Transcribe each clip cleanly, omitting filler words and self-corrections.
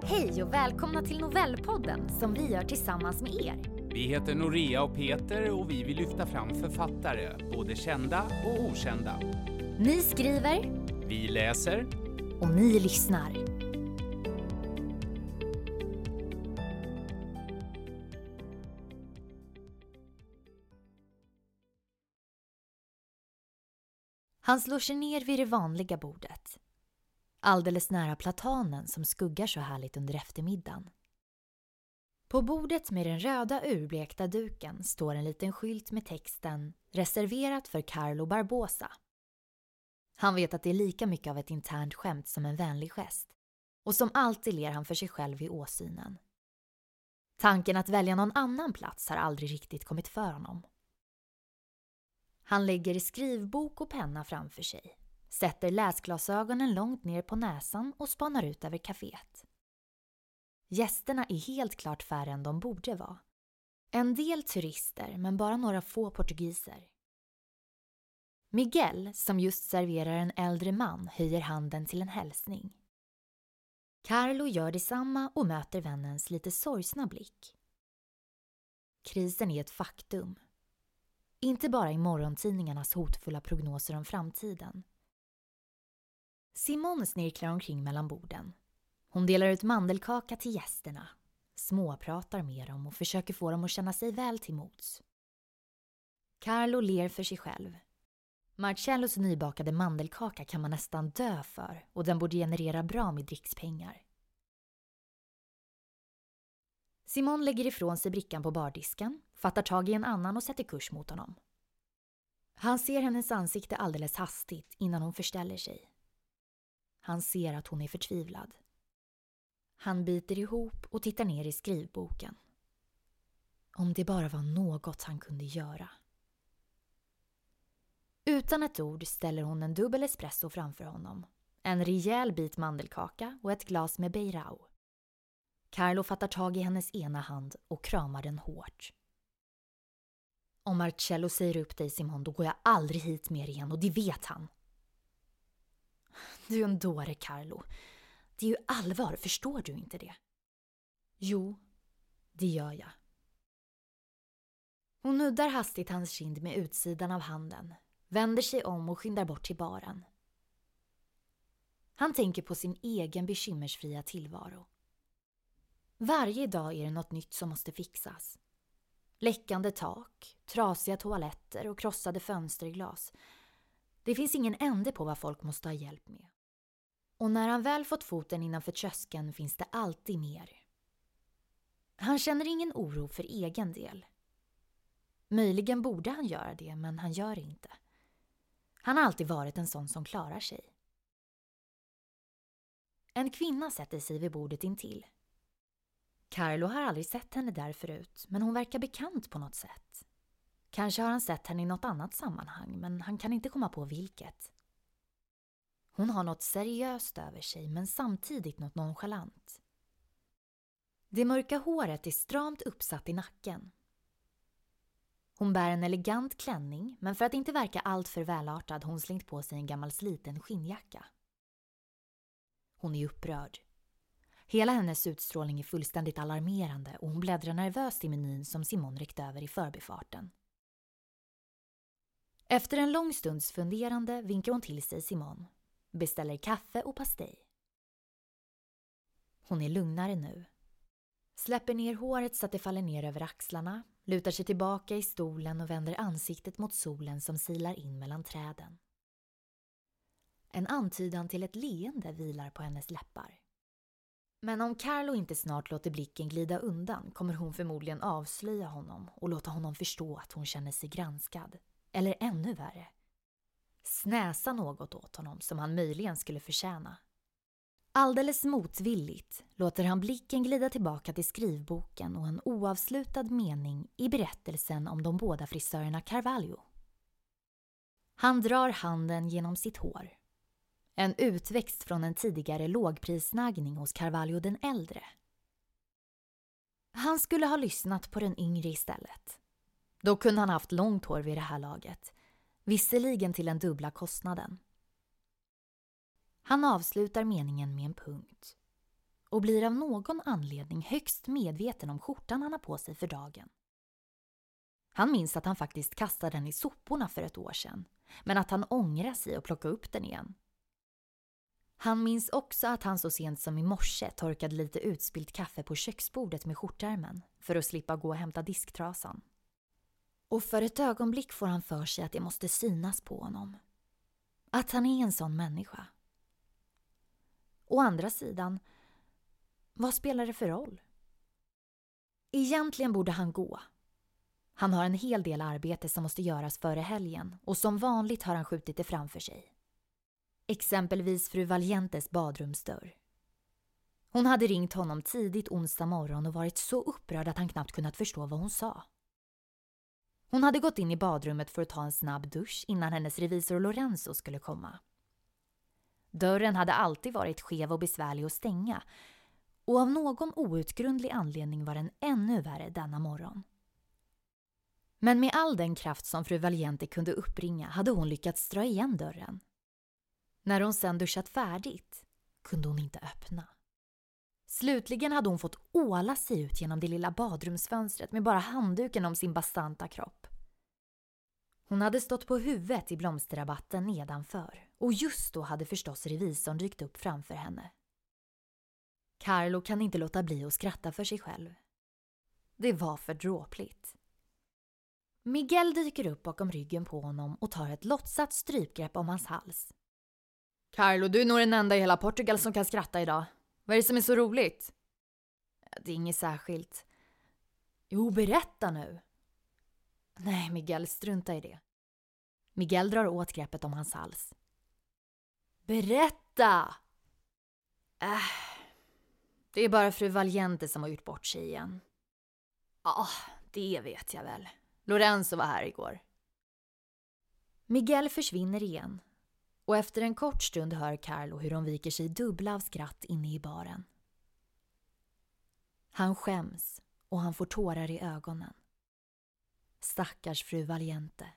Hej och välkomna till Novellpodden som vi gör tillsammans med er. Vi heter Noria och Peter och vi vill lyfta fram författare, både kända och okända. Ni skriver, Vi läser och ni lyssnar. Han slår sig ner vid det vanliga bordet. Alldeles nära platanen som skuggar så härligt under eftermiddagen. På bordet med den röda urblekta duken står en liten skylt med texten "Reserverat för Carlo Barbosa". Han vet att det är lika mycket av ett internt skämt som en vänlig gest. Och som alltid ler han för sig själv i åsynen. Tanken att välja någon annan plats har aldrig riktigt kommit för honom. Han lägger skrivbok och penna framför sig. Sätter läsglasögonen långt ner på näsan och spanar ut över kaféet. Gästerna är helt klart färre än de borde vara. En del turister, men bara några få portugiser. Miguel, som just serverar en äldre man, höjer handen till en hälsning. Carlo gör detsamma och möter vännens lite sorgsna blick. Krisen är ett faktum. Inte bara i morgontidningarnas hotfulla prognoser om framtiden. Simone snirklar omkring mellan borden. Hon delar ut mandelkaka till gästerna, småpratar med dem och försöker få dem att känna sig väl till mots. Carlo ler för sig själv. Marcellos nybakade mandelkaka kan man nästan dö för och den borde generera bra med drickspengar. Simone lägger ifrån sig brickan på bardisken, fattar tag i en annan och sätter kurs mot honom. Han ser hennes ansikte alldeles hastigt innan hon förställer sig. Han ser att hon är förtvivlad. Han biter ihop och tittar ner i skrivboken. Om det bara var något han kunde göra. Utan ett ord ställer hon en dubbel espresso framför honom. En rejäl bit mandelkaka och ett glas med beirao. Carlo fattar tag i hennes ena hand och kramar den hårt. Om Marcello säger upp dig, Simone, då går jag aldrig hit mer igen och det vet han. Du är en dåre, Carlo. Det är ju allvar, förstår du inte det? Jo, det gör jag. Hon nuddar hastigt hans kind med utsidan av handen, vänder sig om och skyndar bort till baren. Han tänker på sin egen bekymmersfria tillvaro. Varje dag är det något nytt som måste fixas. Läckande tak, trasiga toaletter och krossade fönsterglas. Det finns ingen ände på vad folk måste ha hjälp med. Och när han väl fått foten innanför tröskeln finns det alltid mer. Han känner ingen oro för egen del. Möjligen borde han göra det, men han gör inte. Han har alltid varit en sån som klarar sig. En kvinna sätter sig vid bordet intill. Carlo har aldrig sett henne där förut, men hon verkar bekant på något sätt. Kanske har han sett henne i något annat sammanhang, men han kan inte komma på vilket. Hon har något seriöst över sig, men samtidigt något nonchalant. Det mörka håret är stramt uppsatt i nacken. Hon bär en elegant klänning, men för att inte verka allt för välartad har hon slängt på sig en gammal sliten skinnjacka. Hon är upprörd. Hela hennes utstrålning är fullständigt alarmerande och hon bläddrar nervöst i menyn som Simone räckt över i förbifarten. Efter en lång stunds funderande vinkar hon till sig Simone. Beställer kaffe och pastej. Hon är lugnare nu. Släpper ner håret så att det faller ner över axlarna, lutar sig tillbaka i stolen och vänder ansiktet mot solen som silar in mellan träden. En antydan till ett leende vilar på hennes läppar. Men om Carlo inte snart låter blicken glida undan kommer hon förmodligen avslöja honom och låta honom förstå att hon känner sig granskad. Eller ännu värre. Snäsa något åt honom som han möjligen skulle förtjäna. Alldeles motvilligt låter han blicken glida tillbaka till skrivboken och en oavslutad mening i berättelsen om de båda frisörerna Carvalho. Han drar handen genom sitt hår. En utväxt från en tidigare lågprisnaggning hos Carvalho den äldre. Han skulle ha lyssnat på den yngre istället. Då kunde han haft långt hår vid det här laget. Visserligen till den dubbla kostnaden. Han avslutar meningen med en punkt. och blir av någon anledning högst medveten om skjortan han har på sig för dagen. Han minns att han faktiskt kastade den i soporna för ett år sedan, men att han ångrar sig och plockade upp den igen. Han minns också att han så sent som i morse torkade lite utspillt kaffe på köksbordet med skjortärmen för att slippa gå och hämta disktrasan. Och för ett ögonblick får han för sig att det måste synas på honom. Att han är en sån människa. Å andra sidan, vad spelar det för roll? Egentligen borde han gå. Han har en hel del arbete som måste göras före helgen och som vanligt har han skjutit det framför sig. Exempelvis fru Valientes badrumsdörr. Hon hade ringt honom tidigt onsdag morgon och varit så upprörd att han knappt kunnat förstå vad hon sa. Hon hade gått in i badrummet för att ta en snabb dusch innan hennes revisor Lorenzo skulle komma. Dörren hade alltid varit skev och besvärlig att stänga, och av någon outgrundlig anledning var den ännu värre denna morgon. Men med all den kraft som fru Valiente kunde uppbringa hade hon lyckats dra igen dörren. När hon sedan duschat färdigt kunde hon inte öppna. Slutligen hade hon fått åla sig ut genom det lilla badrumsfönstret med bara handduken om sin bastanta kropp. Hon hade stått på huvudet i blomsterrabatten nedanför och just då hade förstås revisorn dykt upp framför henne. Carlo kan inte låta bli att skratta för sig själv. Det var för dråpligt. Miguel dyker upp bakom ryggen på honom och tar ett låtsat strypgrepp om hans hals. Carlo, du är nog den enda i hela Portugal som kan skratta idag. Vad är det som är så roligt? Det är inget särskilt. Jo, berätta nu. Nej, Miguel, strunta i det. Miguel drar åt greppet om hans hals. Berätta! Det är bara fru Valiente som har gjort bort sig igen. Ja, det vet jag väl. Lorenzo var här igår. Miguel försvinner igen. Och efter en kort stund hör Carlo hur de viker sig dubbla av skratt inne i baren. Han skäms och han får tårar i ögonen. Stackars fru Valiente.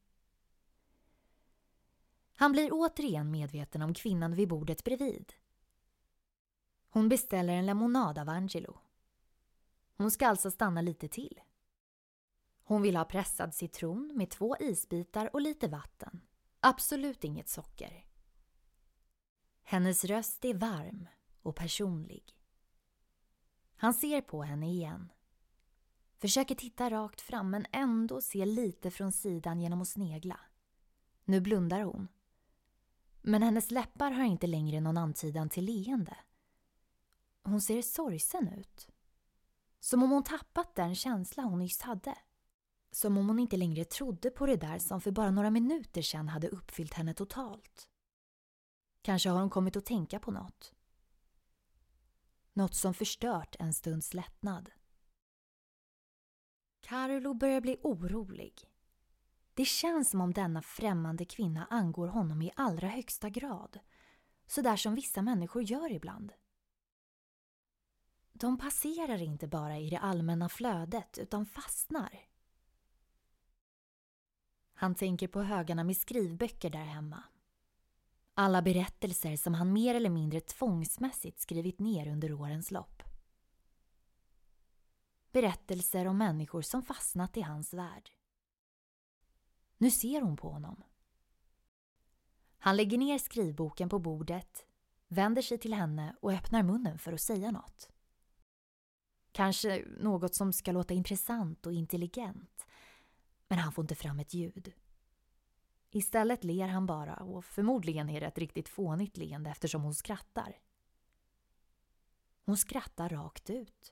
Han blir återigen medveten om kvinnan vid bordet bredvid. Hon beställer en lemonad av Angelo. Hon ska alltså stanna lite till. Hon vill ha pressad citron med 2 isbitar och lite vatten. Absolut inget socker. Hennes röst är varm och personlig. Han ser på henne igen. Försöker titta rakt fram men ändå se lite från sidan genom att snegla. Nu blundar hon. Men hennes läppar har inte längre någon antydan till leende. Hon ser sorgsen ut. Som om hon tappat den känsla hon nyss hade. Som om hon inte längre trodde på det där som för bara några minuter sedan hade uppfyllt henne totalt. Kanske har hon kommit att tänka på något. Något som förstört en stunds lättnad. Carlo börjar bli orolig. Det känns som om denna främmande kvinna angår honom i allra högsta grad. Så där som vissa människor gör ibland. De passerar inte bara i det allmänna flödet utan fastnar. Han tänker på högarna med skrivböcker där hemma. Alla berättelser som han mer eller mindre tvångsmässigt skrivit ner under årens lopp. Berättelser om människor som fastnat i hans värld. Nu ser hon på honom. Han lägger ner skrivboken på bordet, vänder sig till henne och öppnar munnen för att säga något. Kanske något som ska låta intressant och intelligent. Men han får inte fram ett ljud. Istället ler han bara och förmodligen är det ett riktigt fånigt leende eftersom hon skrattar. Hon skrattar rakt ut.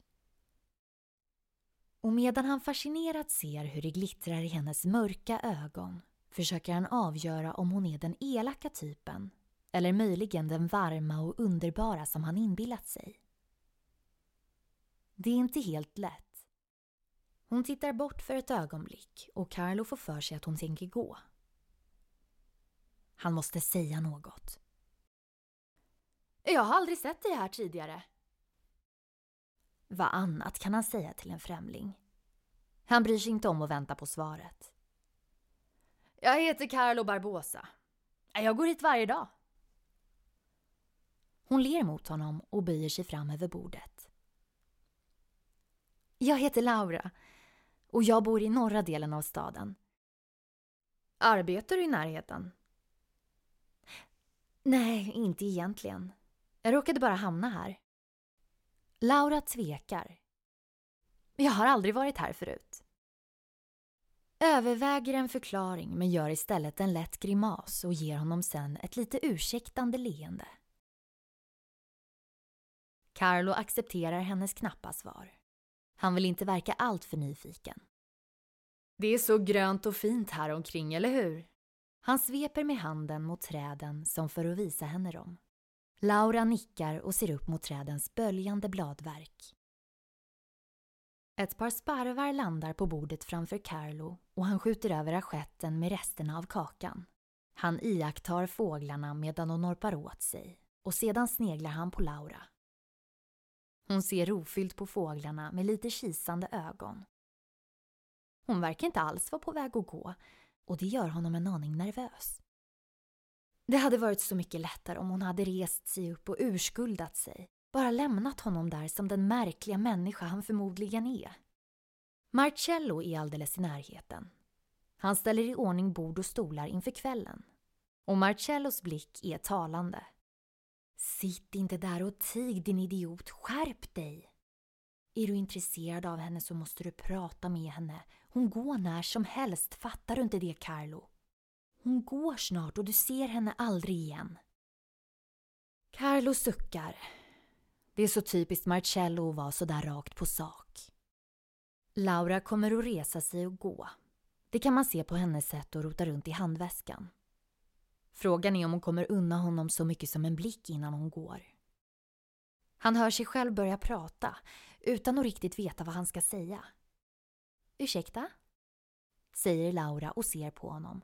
Och medan han fascinerat ser hur det glittrar i hennes mörka ögon försöker han avgöra om hon är den elaka typen eller möjligen den varma och underbara som han inbillat sig. Det är inte helt lätt. Hon tittar bort för ett ögonblick och Carlo får för sig att hon tänker gå. Han måste säga något. Jag har aldrig sett dig här tidigare. Vad annat kan han säga till en främling? Han bryr sig inte om att vänta på svaret. Jag heter Carlo Barbosa. Jag går hit varje dag. Hon ler mot honom och böjer sig fram över bordet. Jag heter Laura och jag bor i norra delen av staden. Arbetar du i närheten? Nej, inte egentligen. Jag råkade bara hamna här. Laura tvekar. Jag har aldrig varit här förut. Överväger en förklaring men gör istället en lätt grimas och ger honom sen ett lite ursäktande leende. Carlo accepterar hennes knappa svar. Han vill inte verka allt för nyfiken. Det är så grönt och fint här omkring, eller hur? Han sveper med handen mot träden som för att visa henne dem. Laura nickar och ser upp mot trädens böljande bladverk. Ett par sparvar landar på bordet framför Carlo och han skjuter över assietten med resterna av kakan. Han iakttar fåglarna medan de norpar åt sig och sedan sneglar han på Laura. Hon ser rofyllt på fåglarna med lite kisande ögon. Hon verkar inte alls vara på väg att gå och det gör honom en aning nervös. Det hade varit så mycket lättare om hon hade rest sig upp och urskuldat sig. Bara lämnat honom där som den märkliga människa han förmodligen är. Marcello är alldeles i närheten. Han ställer i ordning bord och stolar inför kvällen. Och Marcellos blick är talande. Sitt inte där och tig, din idiot. Skärp dig! Är du intresserad av henne så måste du prata med henne. Hon går när som helst, fattar du inte det, Carlo? Hon går snart och du ser henne aldrig igen. Carlo suckar. Det är så typiskt Marcello att vara så där rakt på sak. Laura kommer att resa sig och gå. Det kan man se på hennes sätt att rota runt i handväskan. Frågan är om hon kommer unna honom så mycket som en blick innan hon går. Han hör sig själv börja prata utan att riktigt veta vad han ska säga. Ursäkta? Säger Laura och ser på honom.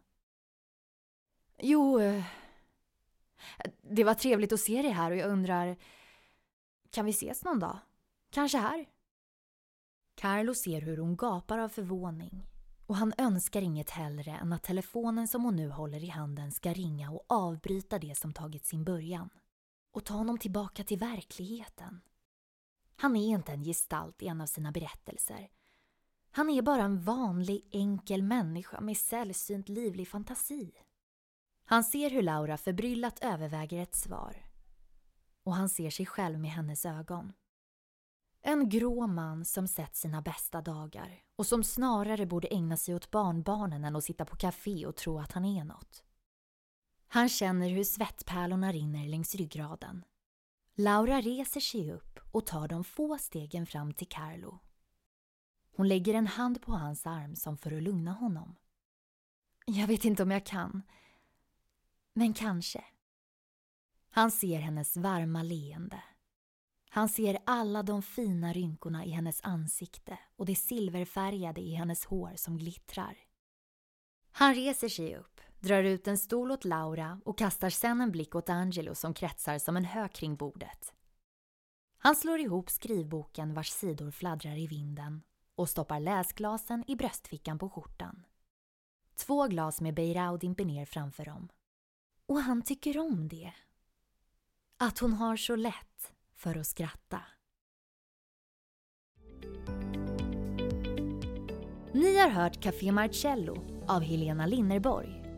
Jo, det var trevligt att se dig här och jag undrar, kan vi ses någon dag? Kanske här? Carlo ser hur hon gapar av förvåning och han önskar inget hellre än att telefonen som hon nu håller i handen ska ringa och avbryta det som tagit sin början och ta honom tillbaka till verkligheten. Han är inte en gestalt i en av sina berättelser. Han är bara en vanlig, enkel människa med sällsynt livlig fantasi. Han ser hur Laura förbryllat överväger ett svar. Och han ser sig själv med hennes ögon. En grå man som sett sina bästa dagar och som snarare borde ägna sig åt barnbarnen än att sitta på café och tro att han är något. Han känner hur svettpärlorna rinner längs ryggraden. Laura reser sig upp och tar de få stegen fram till Carlo. Hon lägger en hand på hans arm som för att lugna honom. Jag vet inte om jag kan, men kanske. Han ser hennes varma leende. Han ser alla de fina rynkorna i hennes ansikte och det silverfärgade i hennes hår som glittrar. Han reser sig upp, drar ut en stol åt Laura och kastar sedan en blick åt Angelo som kretsar som en hö kring bordet. Han slår ihop skrivboken vars sidor fladdrar i vinden och stoppar läsglasen i bröstfickan på skjortan. 2 glas med Beirao dimper ner framför dem. Och han tycker om det. Att hon har så lätt för att skratta. Ni har hört Café Marcello av Helena Linnerborg.